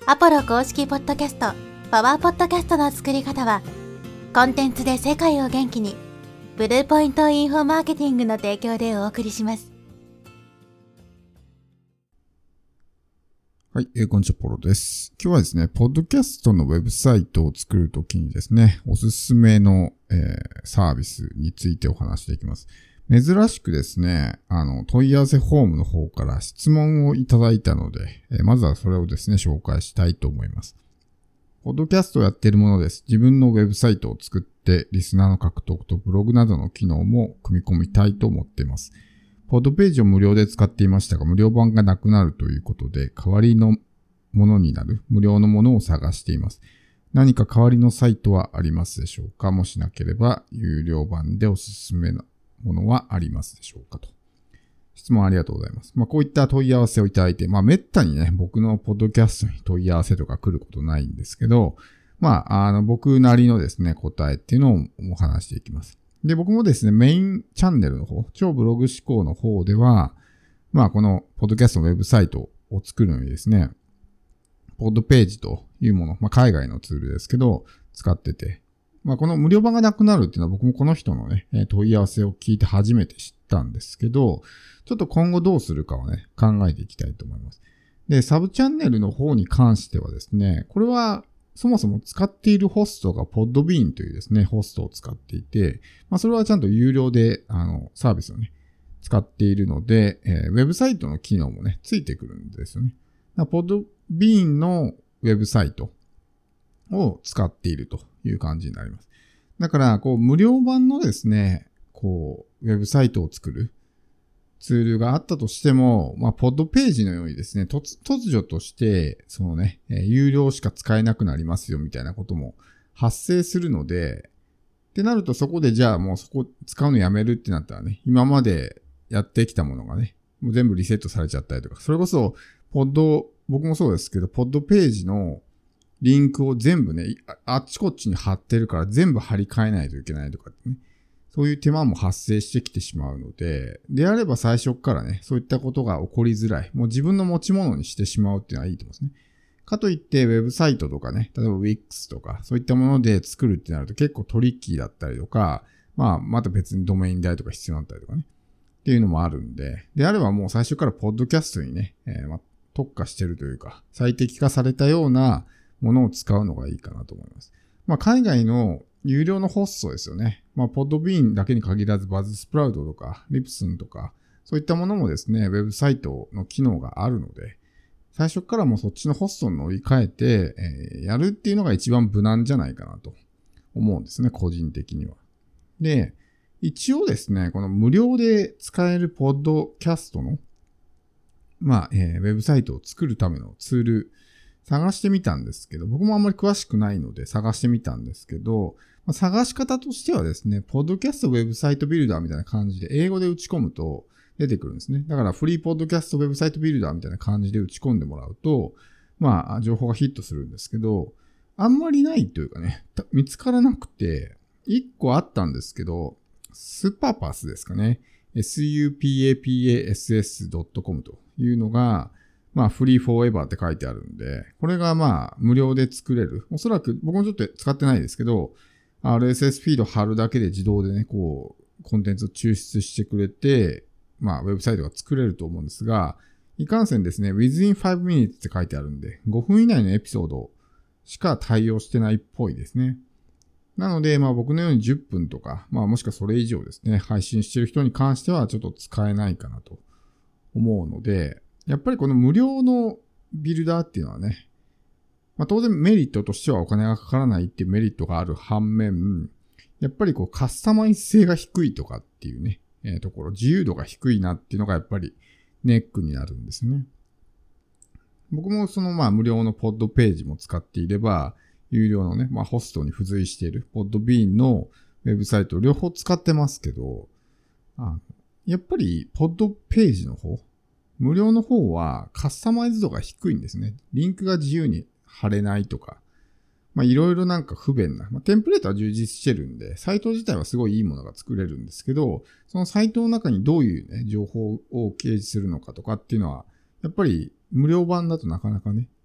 アポロ公式ポッドキャスト、パワーポッドキャストの作り方は、コンテンツで世界を元気に、ブルーポイントインフォマーケティングの提供でお送りします。 はい、こんにちは、ポロです。今日はですね、ポッドキャストのウェブサイトを作るときにですね、おすすめの、サービスについてお話していきます。珍しくですね、問い合わせフォームの方から質問をいただいたので、まずはそれをですね、紹介したいと思います。ポッドキャストをやっているものです。自分のウェブサイトを作って、リスナーの獲得とブログなどの機能も組み込みたいと思っています。ポッドページを無料で使っていましたが、無料版がなくなるということで、代わりのものになる無料のものを探しています。何か代わりのサイトはありますでしょうか？もしなければ、有料版でおすすめのものはありますでしょうかと。質問ありがとうございます。こういった問い合わせをいただいて、めったにね、僕のポッドキャストに問い合わせとか来ることないんですけど、僕なりのですね、答えっていうのをお話していきます。で、僕もですね、メインチャンネルの方、超ブログ思考の方では、このポッドキャストのウェブサイトを作るのにですね、ポッドページというもの、海外のツールですけど、使ってて、この無料版がなくなるっていうのは僕もこの人のね、問い合わせを聞いて初めて知ったんですけど、ちょっと今後どうするかをね、考えていきたいと思います。で、サブチャンネルの方に関してはですね、これはそもそも使っているホストが Podbean というですね、ホストを使っていて、それはちゃんと有料で、サービスをね、使っているので、ウェブサイトの機能もね、ついてくるんですよね。Podbean のウェブサイトを使っているという感じになります。だから、無料版のですね、ウェブサイトを作るツールがあったとしても、ポッドページのようにですね、突如として、そのね、有料しか使えなくなりますよみたいなことも発生するので、ってなるとそこでじゃあもうそこ使うのやめるってなったらね、今までやってきたものがね、もう全部リセットされちゃったりとか、それこそ、僕もそうですけど、ポッドページのリンクを全部ね、あっちこっちに貼ってるから全部貼り替えないといけないとかね。そういう手間も発生してきてしまうので、であれば最初からね、そういったことが起こりづらい。もう自分の持ち物にしてしまうっていうのはいいと思うんですね。かといって、ウェブサイトとかね、例えば Wix とか、そういったもので作るってなると結構トリッキーだったりとか、また別にドメイン代とか必要だったりとかね。っていうのもあるんで、であればもう最初からポッドキャストにね、特化してるというか、最適化されたようなものを使うのがいいかなと思います。海外の有料のホストですよね。ポッドビーンだけに限らず、バズスプラウトとか、リプスンとか、そういったものもですね、ウェブサイトの機能があるので、最初からもうそっちのホストに乗り換えて、やるっていうのが一番無難じゃないかなと思うんですね、個人的には。で、一応ですね、この無料で使えるポッドキャストの、ウェブサイトを作るためのツール、探してみたんですけど、僕もあんまり詳しくないので探してみたんですけど、探し方としてはですね、ポッドキャストウェブサイトビルダーみたいな感じで英語で打ち込むと出てくるんですね。だからフリーポッドキャストウェブサイトビルダーみたいな感じで打ち込んでもらうと、情報がヒットするんですけど、あんまりないというかね、見つからなくて、1個あったんですけど、スパパスですかね。supapass.com というのが、フリーフォーエバーって書いてあるんで、これが無料で作れる。おそらく僕もちょっと使ってないですけど、RSS フィード貼るだけで自動でね、コンテンツを抽出してくれて、ウェブサイトが作れると思うんですが、いかんせんですね、within 5 minutes って書いてあるんで、5分以内のエピソードしか対応してないっぽいですね。なので、僕のように10分とか、もしくはそれ以上ですね、配信してる人に関してはちょっと使えないかなと思うので、やっぱりこの無料のビルダーっていうのはね、当然メリットとしてはお金がかからないっていうメリットがある反面、やっぱりカスタマイズ性が低いとかっていうね、ところ、自由度が低いなっていうのがやっぱりネックになるんですね。僕もその無料のポッドページも使っていれば、有料のね、ホストに付随しているポッドビーンのウェブサイトを両方使ってますけど、やっぱりポッドページの方、無料の方はカスタマイズ度が低いんですね。リンクが自由に貼れないとか、いろいろ不便な、テンプレートは充実してるんで、サイト自体はすごいいいものが作れるんですけど、そのサイトの中にどういうね、情報を掲示するのかとかっていうのは、やっぱり無料版だとなかなかね、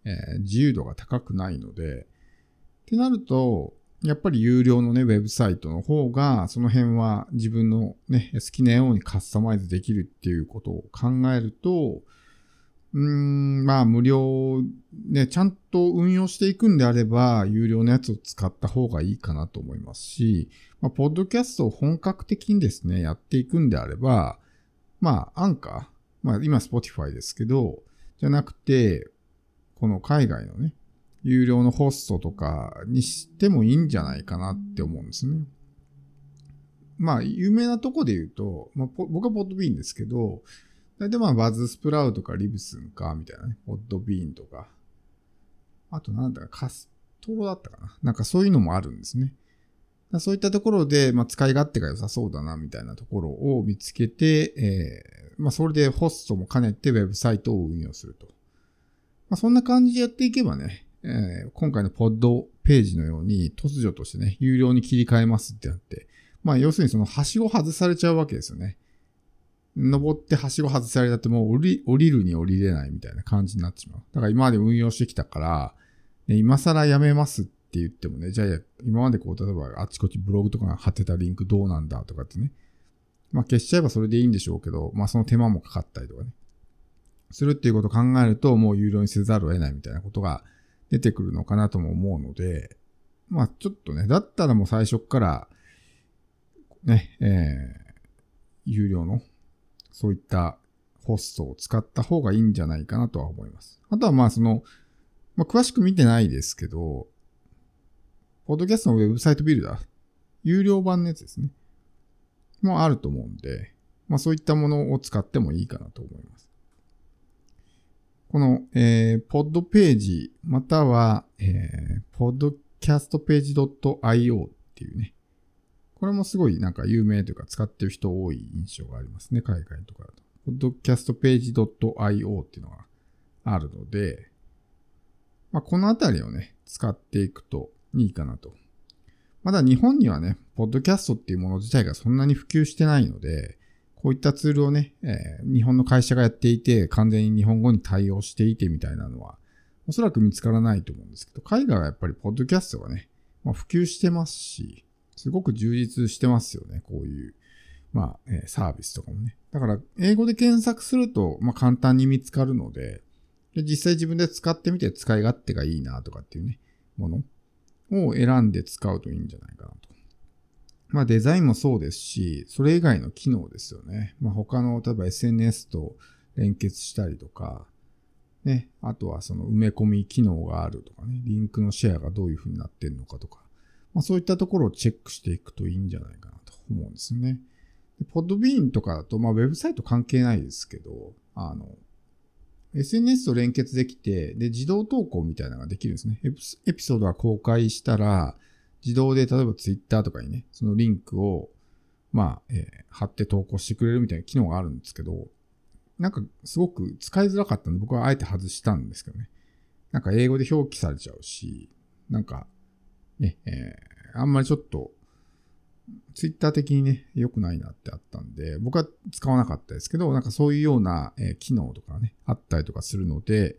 自由度が高くないので、ってなると、やっぱり有料のね、ウェブサイトの方が、その辺は自分のね、好きなようにカスタマイズできるっていうことを考えると、まあ無料ね、ちゃんと運用していくんであれば、有料のやつを使った方がいいかなと思いますし、まあ、ポッドキャストを本格的にですね、やっていくんであれば、まあ、アンカー、まあ今 Spotify ですけど、じゃなくて、この海外のね、有料のホストとかにしてもいいんじゃないかなって思うんですね。まあ、有名なとこで言うと、まあ、僕はポッドビーンですけど、大体まあ、バズスプラウとかリブスンか、みたいなね、ポッドビーンとか、あとなんだかカストロだったかな。なんかそういうのもあるんですね。そういったところで、まあ、使い勝手が良さそうだな、みたいなところを見つけて、まあ、それでホストも兼ねてウェブサイトを運用すると。まあ、そんな感じでやっていけばね、今回のポッドページのように突如としてね、有料に切り替えますってなって、まあ要するにそのはしご外されちゃうわけですよね。登ってはしご外されたってもう降りるに降りれないみたいな感じになってしまう。だから今まで運用してきたから、ね、今更やめますって言ってもね、じゃあ今までこう例えばあちこちブログとかが貼ってたリンクどうなんだとかってね。まあ消しちゃえばそれでいいんでしょうけど、まあその手間もかかったりとかね。するっていうことを考えるともう有料にせざるを得ないみたいなことが出てくるのかなとも思うので、まあちょっとね、だったらもう最初からね、有料のそういったホストを使った方がいいんじゃないかなとは思います。あとはまあまあ詳しく見てないですけど、ポッドキャストのウェブサイトビルダー、有料版のやつですね。もあると思うんで、まあそういったものを使ってもいいかなと思います。この、ポッドページ、または、podcastpage.io っていうね。これもすごいなんか有名というか使ってる人多い印象がありますね。海外とかだと。podcastpage.io っていうのがあるので、まあ、このあたりをね、使っていくといいかなと。まだ日本にはね、ポッドキャストっていうもの自体がそんなに普及してないので、こういったツールをね、日本の会社がやっていて、完全に日本語に対応していてみたいなのは、おそらく見つからないと思うんですけど、海外はやっぱりポッドキャストがね、まあ、普及してますし、すごく充実してますよね、こういう、まあ、サービスとかもね。だから、英語で検索すると、まあ、簡単に見つかるので、実際自分で使ってみて使い勝手がいいなとかっていうね、ものを選んで使うといいんじゃないかなと。まあデザインもそうですし、それ以外の機能ですよね。まあ他の、例えば SNS と連結したりとか、ね、あとはその埋め込み機能があるとかね、リンクのシェアがどういう風になってんのかとか、まあそういったところをチェックしていくといいんじゃないかなと思うんですよね。でポッドビーンとかだと、まあウェブサイト関係ないですけど、SNS と連結できて、で、自動投稿みたいなのができるんですね。エピソードが公開したら、自動で例えば Twitter とかにね、そのリンクを、まあ、貼って投稿してくれるみたいな機能があるんですけど、なんかすごく使いづらかったんで、僕はあえて外したんですけどね。なんか英語で表記されちゃうし、なんか、ね、あんまりちょっと、ツイッター的にね、良くないなってあったんで、僕は使わなかったですけど、なんかそういうような、機能とかね、あったりとかするので、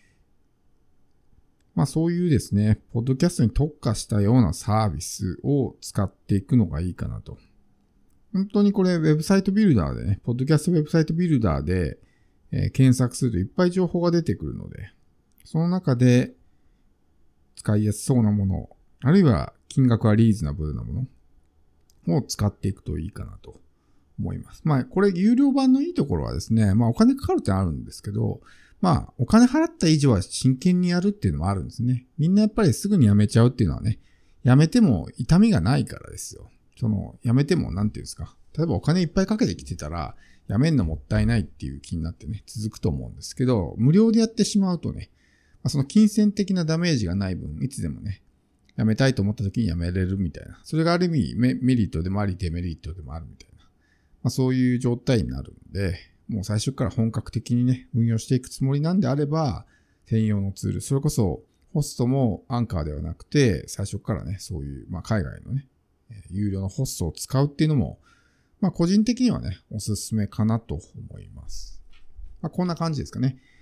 まあそういうですね、ポッドキャストに特化したようなサービスを使っていくのがいいかなと。本当にこれ、ウェブサイトビルダーでね、ポッドキャストウェブサイトビルダーで、検索するといっぱい情報が出てくるので、その中で使いやすそうなもの、あるいは金額はリーズナブルなものを使っていくといいかなと思います。まあこれ有料版のいいところはですね、まあお金かかるってあるんですけど、まあお金払った以上は真剣にやるっていうのもあるんですね。みんなやっぱりすぐに辞めちゃうっていうのはね、辞めても痛みがないからですよ。辞めてもなんていうんですか。例えばお金いっぱいかけてきてたら、辞めんのもったいないっていう気になってね、続くと思うんですけど、無料でやってしまうとね、その金銭的なダメージがない分、いつでもね、辞めたいと思った時に辞めれるみたいな。それがある意味メリットでもありデメリットでもあるみたいな。そういう状態になるんで、もう最初から本格的にね、運用していくつもりなんであれば、専用のツール、それこそホストもアンカーではなくて、最初からね、そういう、海外のね、有料のホストを使うっていうのも、個人的にはね、おすすめかなと思います。こんな感じですかね。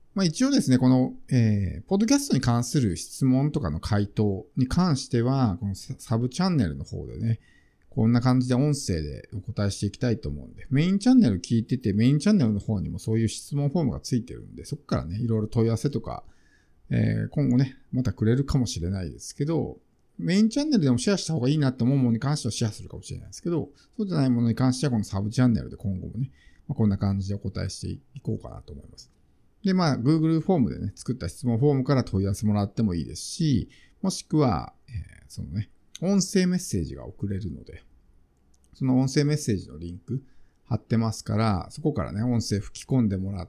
一応ですね、この、ポッドキャストに関する質問とかの回答に関しては、このサブチャンネルの方でね、こんな感じで音声でお答えしていきたいと思うんで、メインチャンネル聞いてて、メインチャンネルの方にもそういう質問フォームがついてるんで、そこからね、いろいろ問い合わせとか、今後ね、またくれるかもしれないですけど、メインチャンネルでもシェアした方がいいなって思うものに関してはシェアするかもしれないですけど、そうじゃないものに関してはこのサブチャンネルで今後もね、こんな感じでお答えしていこうかなと思います。で、Google フォームでね、作った質問フォームから問い合わせもらってもいいですし、もしくは、そのね、音声メッセージが送れるので、その音声メッセージのリンク貼ってますから、そこからね、音声吹き込んでもらって、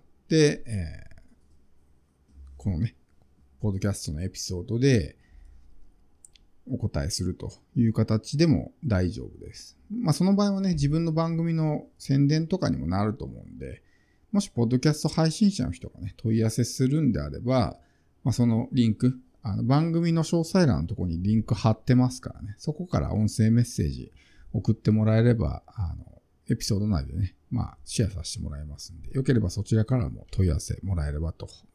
このね、ポッドキャストのエピソードでお答えするという形でも大丈夫です。その場合はね、自分の番組の宣伝とかにもなると思うんで、もしポッドキャスト配信者の人がね、問い合わせするんであれば、そのリンク、番組の詳細欄のところにリンク貼ってますからね、そこから音声メッセージ送ってもらえれば、エピソード内でね、シェアさせてもらいますんで、よければそちらからも問い合わせもらえればと